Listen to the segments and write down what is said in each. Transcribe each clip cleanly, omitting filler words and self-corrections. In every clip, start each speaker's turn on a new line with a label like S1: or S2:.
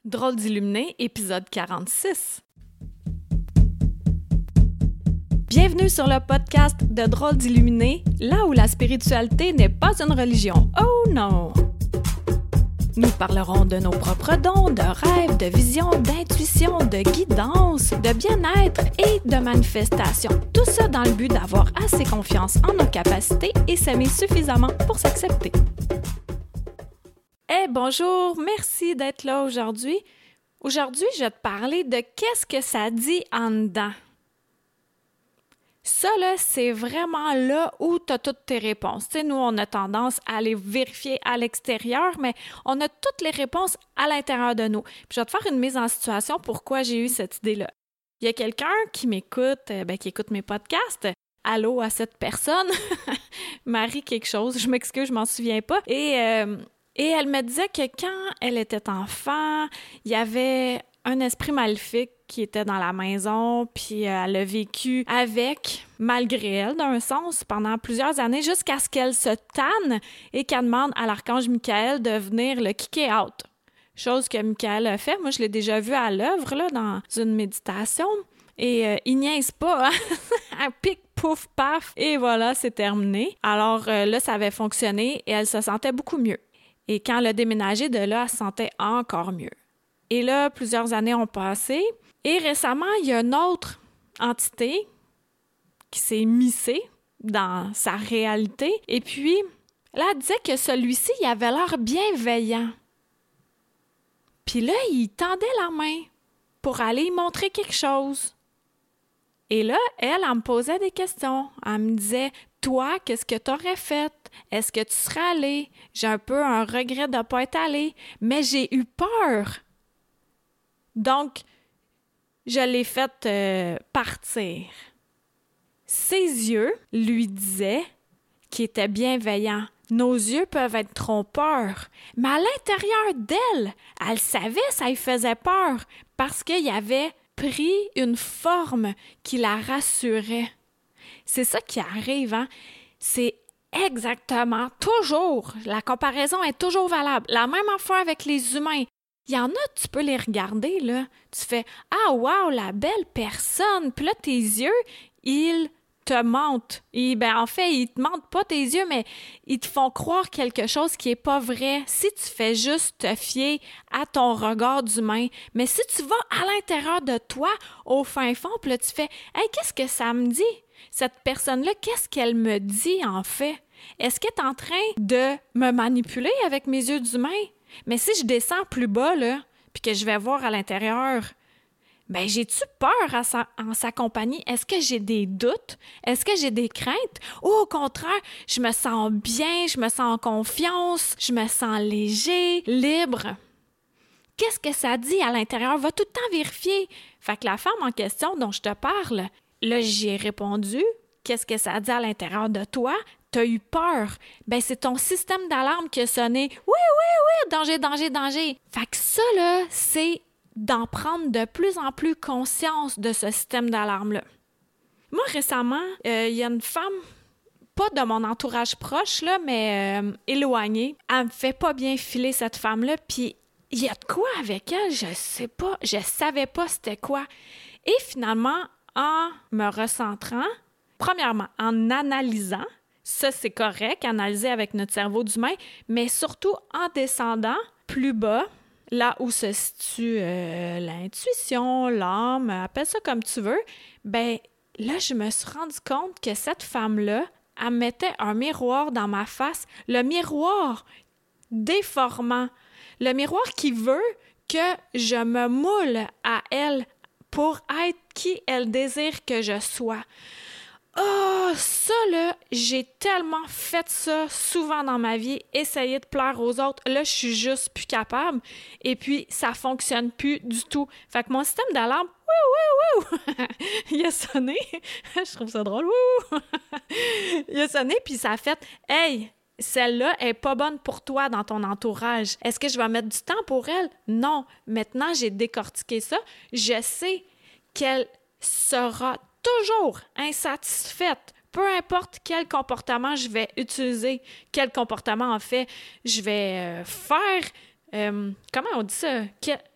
S1: Drôle d'illuminé, épisode 46. Bienvenue sur le podcast de Drôle d'illuminé, là où la spiritualité n'est pas une religion. Oh non! Nous parlerons de nos propres dons, de rêves, de visions, d'intuition, de guidance, de bien-être et de manifestation. Tout ça dans le but d'avoir assez confiance en nos capacités et s'aimer suffisamment pour s'accepter. Hey, bonjour! Merci d'être là aujourd'hui. Aujourd'hui, je vais te parler de qu'est-ce que ça dit en dedans. Ça, là, c'est vraiment là où tu as toutes tes réponses. Tu sais, nous, on a tendance à les vérifier à l'extérieur, mais on a toutes les réponses à l'intérieur de nous. Puis je vais te faire une mise en situation pourquoi j'ai eu cette idée-là. Il y a quelqu'un qui m'écoute, qui écoute mes podcasts. Allô à cette personne, Marie quelque chose, je m'excuse, je m'en souviens pas. Et elle me disait que quand elle était enfant, il y avait un esprit maléfique qui était dans la maison, puis elle a vécu avec, malgré elle, d'un sens, pendant plusieurs années, jusqu'à ce qu'elle se tanne et qu'elle demande à l'archange Michael de venir le kicker out. Chose que Michael a fait. Moi, je l'ai déjà vu à l'œuvre, là, dans une méditation. Et il niaise pas, hein? Un pic, pouf, paf, et voilà, c'est terminé. Alors là, ça avait fonctionné et elle se sentait beaucoup mieux. Et quand elle a déménagé de là, elle se sentait encore mieux. Et là, plusieurs années ont passé. Et récemment, il y a une autre entité qui s'est missée dans sa réalité. Et puis, là, elle disait que celui-ci, il avait l'air bienveillant. Puis là, il tendait la main pour aller y montrer quelque chose. Et là, elle me posait des questions. Elle me disait, toi, qu'est-ce que tu aurais fait? Est-ce que tu serais allé? J'ai un peu un regret de ne pas être allé, mais j'ai eu peur. Donc, je l'ai fait partir. Ses yeux lui disaient qu'il était bienveillant. Nos yeux peuvent être trompeurs, mais à l'intérieur d'elle, elle savait ça lui faisait peur parce qu'il avait pris une forme qui la rassurait. C'est ça qui arrive, hein? C'est exactement, toujours, la comparaison est toujours valable. La même affaire avec les humains. Il y en a, tu peux les regarder, là. Tu fais « Ah, wow, la belle personne! » Puis là, tes yeux, ils te mentent. En fait, ils te mentent pas tes yeux, mais ils te font croire quelque chose qui est pas vrai. Si tu fais juste te fier à ton regard d'humain, mais si tu vas à l'intérieur de toi, au fin fond, puis là, tu fais « Hey, qu'est-ce que ça me dit? Cette personne-là, qu'est-ce qu'elle me dit, en fait? Est-ce qu'elle est en train de me manipuler avec mes yeux d'humain? » Mais si je descends plus bas, là, puis que je vais voir à l'intérieur, ben j'ai-tu peur en sa compagnie? Est-ce que j'ai des doutes? Est-ce que j'ai des craintes? Ou au contraire, je me sens bien, je me sens en confiance, je me sens léger, libre. Qu'est-ce que ça dit à l'intérieur? Va tout le temps vérifier. Fait que la femme en question dont je te parle, là, j'y ai répondu. Qu'est-ce que ça dit à l'intérieur de toi? T'as eu peur. Ben, c'est ton système d'alarme qui a sonné. Oui, danger, danger, danger. Fait que ça, là, c'est d'en prendre de plus en plus conscience de ce système d'alarme-là. Moi, récemment, il y a une femme, pas de mon entourage proche, là, mais éloignée. Elle me fait pas bien filer, cette femme-là, puis il y a de quoi avec elle? Je sais pas. Je savais pas c'était quoi. Et finalement, en me recentrant, premièrement, en analysant, ça, c'est correct, analyser avec notre cerveau d'humain, mais surtout en descendant plus bas, là où se situe l'intuition, l'âme, appelle ça comme tu veux, ben là, je me suis rendu compte que cette femme-là, elle mettait un miroir dans ma face, le miroir déformant, le miroir qui veut que je me moule à elle pour être qui elle désire que je sois. Oh, ça là, j'ai tellement fait ça souvent dans ma vie, essayer de plaire aux autres. Là, je suis juste plus capable. Et puis, ça fonctionne plus du tout. Fait que mon système d'alarme, il a sonné. Je trouve ça drôle. Il a sonné, puis ça a fait « Hey, celle-là est pas bonne pour toi dans ton entourage. Est-ce que je vais mettre du temps pour elle? » Non. Maintenant, j'ai décortiqué ça. Je sais qu'elle sera toujours insatisfaite, peu importe quel comportement je vais utiliser, quel comportement, en fait, je vais faire, comment on dit ça?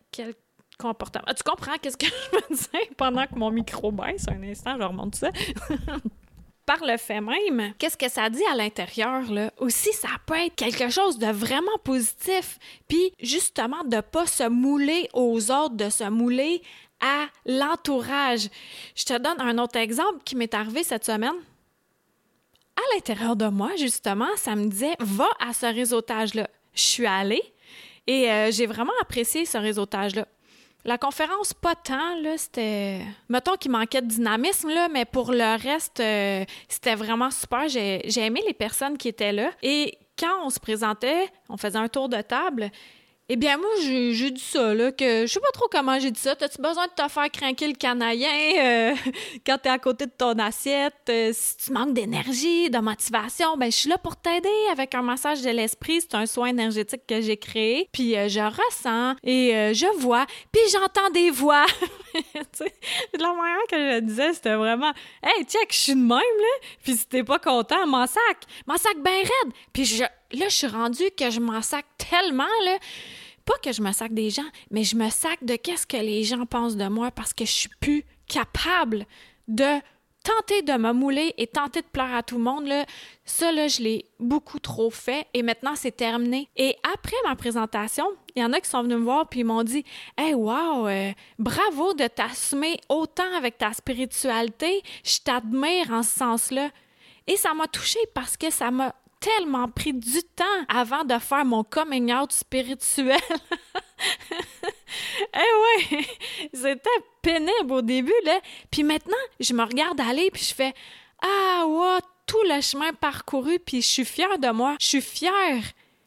S1: quel comportement. Tu comprends qu'est-ce que je veux dire pendant que mon micro baisse? Un instant, je remonte ça. Par le fait même, qu'est-ce que ça dit à l'intérieur, là? Aussi, ça peut être quelque chose de vraiment positif. Puis, justement, de pas se mouler aux autres, de se mouler à l'entourage. Je te donne un autre exemple qui m'est arrivé cette semaine. À l'intérieur de moi, justement, ça me disait « Va à ce réseautage-là ». Je suis allée et j'ai vraiment apprécié ce réseautage-là. La conférence, pas tant, là, c'était... Mettons qu'il manquait de dynamisme, là, mais pour le reste, c'était vraiment super. J'ai aimé les personnes qui étaient là. Et quand on se présentait, on faisait un tour de table, eh bien, moi, j'ai dit ça, là, que je sais pas trop comment j'ai dit ça. T'as-tu besoin de te faire craquer le canadien quand t'es à côté de ton assiette? Si tu manques d'énergie, de motivation, ben je suis là pour t'aider avec un massage de l'esprit. C'est un soin énergétique que j'ai créé. Puis je ressens et je vois. Puis j'entends des voix. De la manière que je le disais, c'était vraiment « Hey, check, je suis de même, là. Puis si t'es pas content, m'en sac bien raide. » Puis là, je suis rendue que je m'en sac tellement, là. Pas que je me sac des gens, mais je me sac de qu'est-ce que les gens pensent de moi parce que je suis plus capable de tenter de me mouler et tenter de plaire à tout le monde. Là. Ça, là, je l'ai beaucoup trop fait et maintenant, c'est terminé. Et après ma présentation, il y en a qui sont venus me voir puis ils m'ont dit « Hey, wow, bravo de t'assumer autant avec ta spiritualité. Je t'admire en ce sens-là. » Et ça m'a touchée parce que ça m'a tellement pris du temps avant de faire mon coming out spirituel. Eh ouais, c'était pénible au début, là. Puis maintenant, je me regarde aller puis je fais « Ah, ouais, tout le chemin parcouru, puis je suis fière de moi. Je suis fière,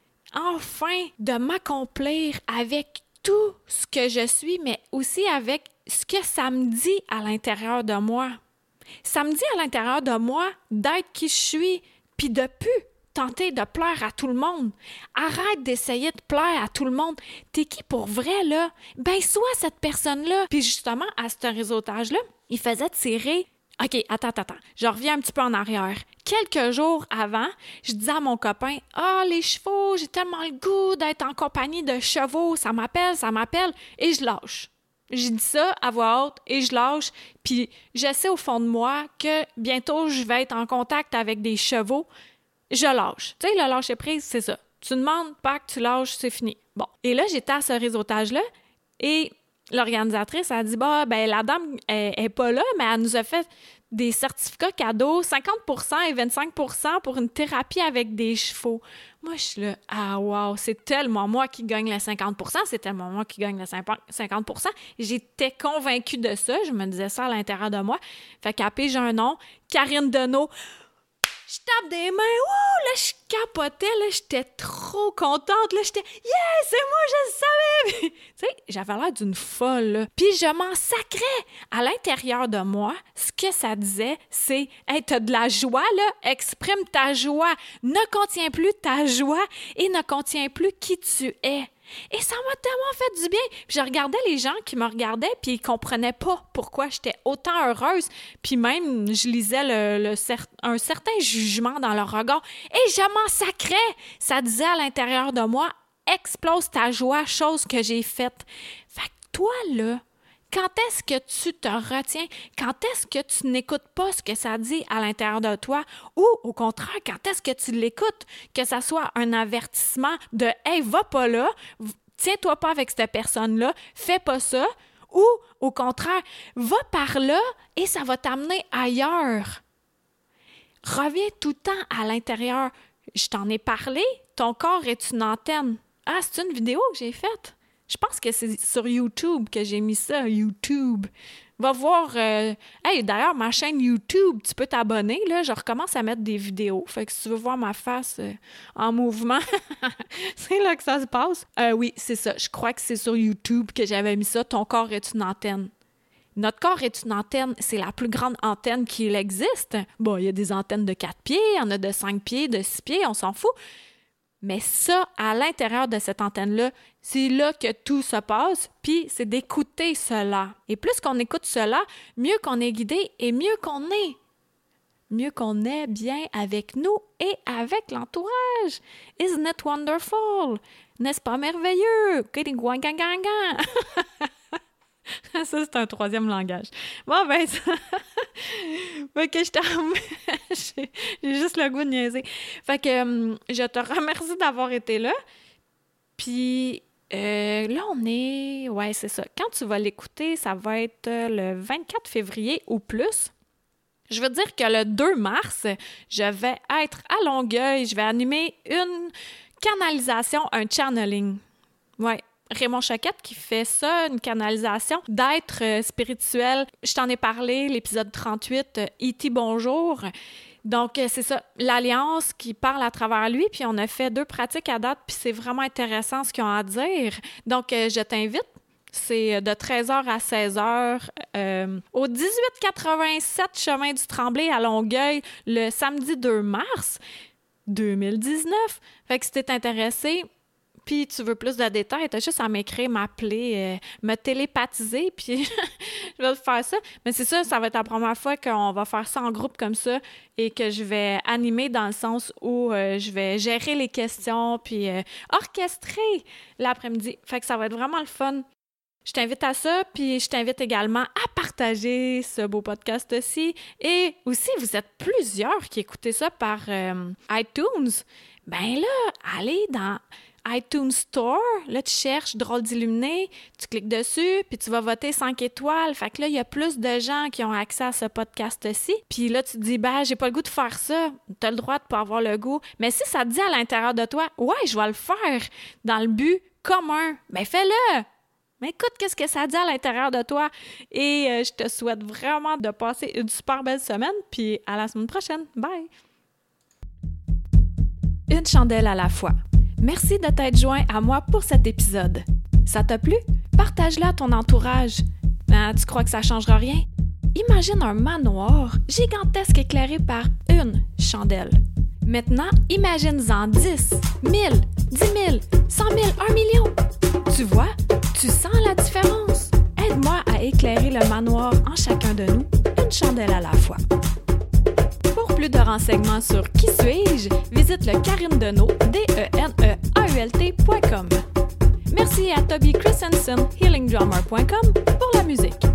S1: enfin, de m'accomplir avec tout ce que je suis, mais aussi avec ce que ça me dit à l'intérieur de moi. Ça me dit à l'intérieur de moi d'être qui je suis, puis de plus tenter de plaire à tout le monde. Arrête d'essayer de plaire à tout le monde. T'es qui pour vrai, là? Ben, sois cette personne-là. Puis justement, à ce réseautage-là, il faisait tirer... OK, attends. Je reviens un petit peu en arrière. Quelques jours avant, je disais à mon copain « Ah, les chevaux, j'ai tellement le goût d'être en compagnie de chevaux. Ça m'appelle. » Et je lâche. J'ai dit ça à voix haute et je lâche. Puis je sais au fond de moi que bientôt, je vais être en contact avec des chevaux. Je lâche. Tu sais, le lâcher prise, c'est ça. Tu demandes, pas que tu lâches, c'est fini. Bon. Et là, j'étais à ce réseautage-là et l'organisatrice a dit, ben la dame est pas là, mais elle nous a fait des certificats cadeaux, 50% et 25% pour une thérapie avec des chevaux. Moi, je suis là, ah wow, c'est tellement moi qui gagne les 50%, c'est tellement moi qui gagne les 50%. J'étais convaincue de ça, je me disais ça à l'intérieur de moi. Fait qu'à j'ai un nom, Karine Deneau. Je tape des mains, là, je capotais, là, j'étais trop contente, là, j'étais « Yeah, c'est moi, je le savais! » Tu sais, j'avais l'air d'une folle, là. Puis je m'en sacrais. À l'intérieur de moi, ce que ça disait, c'est « Hey, t'as de la joie, là, exprime ta joie, ne contiens plus ta joie et ne contiens plus qui tu es. » Et ça m'a tellement fait du bien. Puis je regardais les gens qui me regardaient, puis ils comprenaient pas pourquoi j'étais autant heureuse. Puis même, je lisais un certain jugement dans leur regard. Et je m'en sacrais. Ça disait à l'intérieur de moi, explose ta joie, chose que j'ai faite. Fait que toi, là, quand est-ce que tu te retiens? Quand est-ce que tu n'écoutes pas ce que ça dit à l'intérieur de toi? Ou, au contraire, quand est-ce que tu l'écoutes? Que ça soit un avertissement de « Hey, va pas là, tiens-toi pas avec cette personne-là, fais pas ça. » Ou, au contraire, va par là et ça va t'amener ailleurs. Reviens tout le temps à l'intérieur. Je t'en ai parlé, ton corps est une antenne. Ah, c'est une vidéo que j'ai faite. Je pense que c'est sur YouTube que j'ai mis ça, YouTube. Va voir... Hey, d'ailleurs, ma chaîne YouTube, tu peux t'abonner, là. Je recommence à mettre des vidéos. Fait que si tu veux voir ma face en mouvement, c'est là que ça se passe. Oui, c'est ça. Je crois que c'est sur YouTube que j'avais mis ça. Ton corps est une antenne. Notre corps est une antenne. C'est la plus grande antenne qu'il existe. Bon, il y a des antennes de 4 pieds, il y en a de 5 pieds, de 6 pieds, on s'en fout. Mais ça, à l'intérieur de cette antenne-là, c'est là que tout se passe, puis c'est d'écouter cela. Et plus qu'on écoute cela, mieux qu'on est guidé et mieux qu'on est. Mieux qu'on est bien avec nous et avec l'entourage. Isn't it wonderful? N'est-ce pas merveilleux? Ça, c'est un troisième langage. Bon, ben, ça... fait que j'ai juste le goût de niaiser. Fait que je te remercie d'avoir été là. Puis là, on est... Ouais, c'est ça. Quand tu vas l'écouter, ça va être le 24 février ou plus. Je veux dire que le 2 mars, je vais être à Longueuil. Je vais animer une canalisation, un channeling. Ouais. Raymond Choquette qui fait ça, une canalisation d'être spirituel. Je t'en ai parlé, l'épisode 38, E.T. Bonjour. Donc, c'est ça, l'Alliance qui parle à travers lui, puis on a fait 2 pratiques à date, puis c'est vraiment intéressant ce qu'ils ont à dire. Donc, je t'invite. C'est de 13h à 16h au 1887 Chemin du Tremblay à Longueuil, le samedi 2 mars 2019. Fait que si t'es intéressé, puis tu veux plus de détails, t'as juste à m'écrire, m'appeler, me télépathiser, puis je vais te faire ça. Mais c'est ça, ça va être la première fois qu'on va faire ça en groupe comme ça et que je vais animer dans le sens où je vais gérer les questions puis orchestrer l'après-midi. Fait que ça va être vraiment le fun. Je t'invite à ça, puis je t'invite également à partager ce beau podcast-ci. Et aussi, vous êtes plusieurs qui écoutez ça par iTunes. Ben là, allez dans iTunes Store, là, tu cherches Drôle d'Illuminé, tu cliques dessus, puis tu vas voter 5 étoiles. Fait que là, il y a plus de gens qui ont accès à ce podcast-ci. Puis là, tu te dis, ben, j'ai pas le goût de faire ça. T'as le droit de pas avoir le goût. Mais si ça te dit à l'intérieur de toi, ouais, je vais le faire dans le but commun, ben fais-le! Mais écoute, qu'est-ce que ça dit à l'intérieur de toi? Et je te souhaite vraiment de passer une super belle semaine, puis à la semaine prochaine. Bye! Une chandelle à la fois. Merci de t'être joint à moi pour cet épisode. Ça t'a plu? Partage-le à ton entourage. Tu crois que ça changera rien? Imagine un manoir gigantesque éclairé par une chandelle. Maintenant, imagine-en 10, 1000, 10 000, 100 000, 1 million. Tu vois? Tu sens la différence? Aide-moi à éclairer le manoir en chacun de nous, une chandelle à la fois. Pour plus de renseignements sur Qui suis-je, visite le Karindenault, DENEAULT.com. Merci à Toby Christensen, healingdrummer.com pour la musique.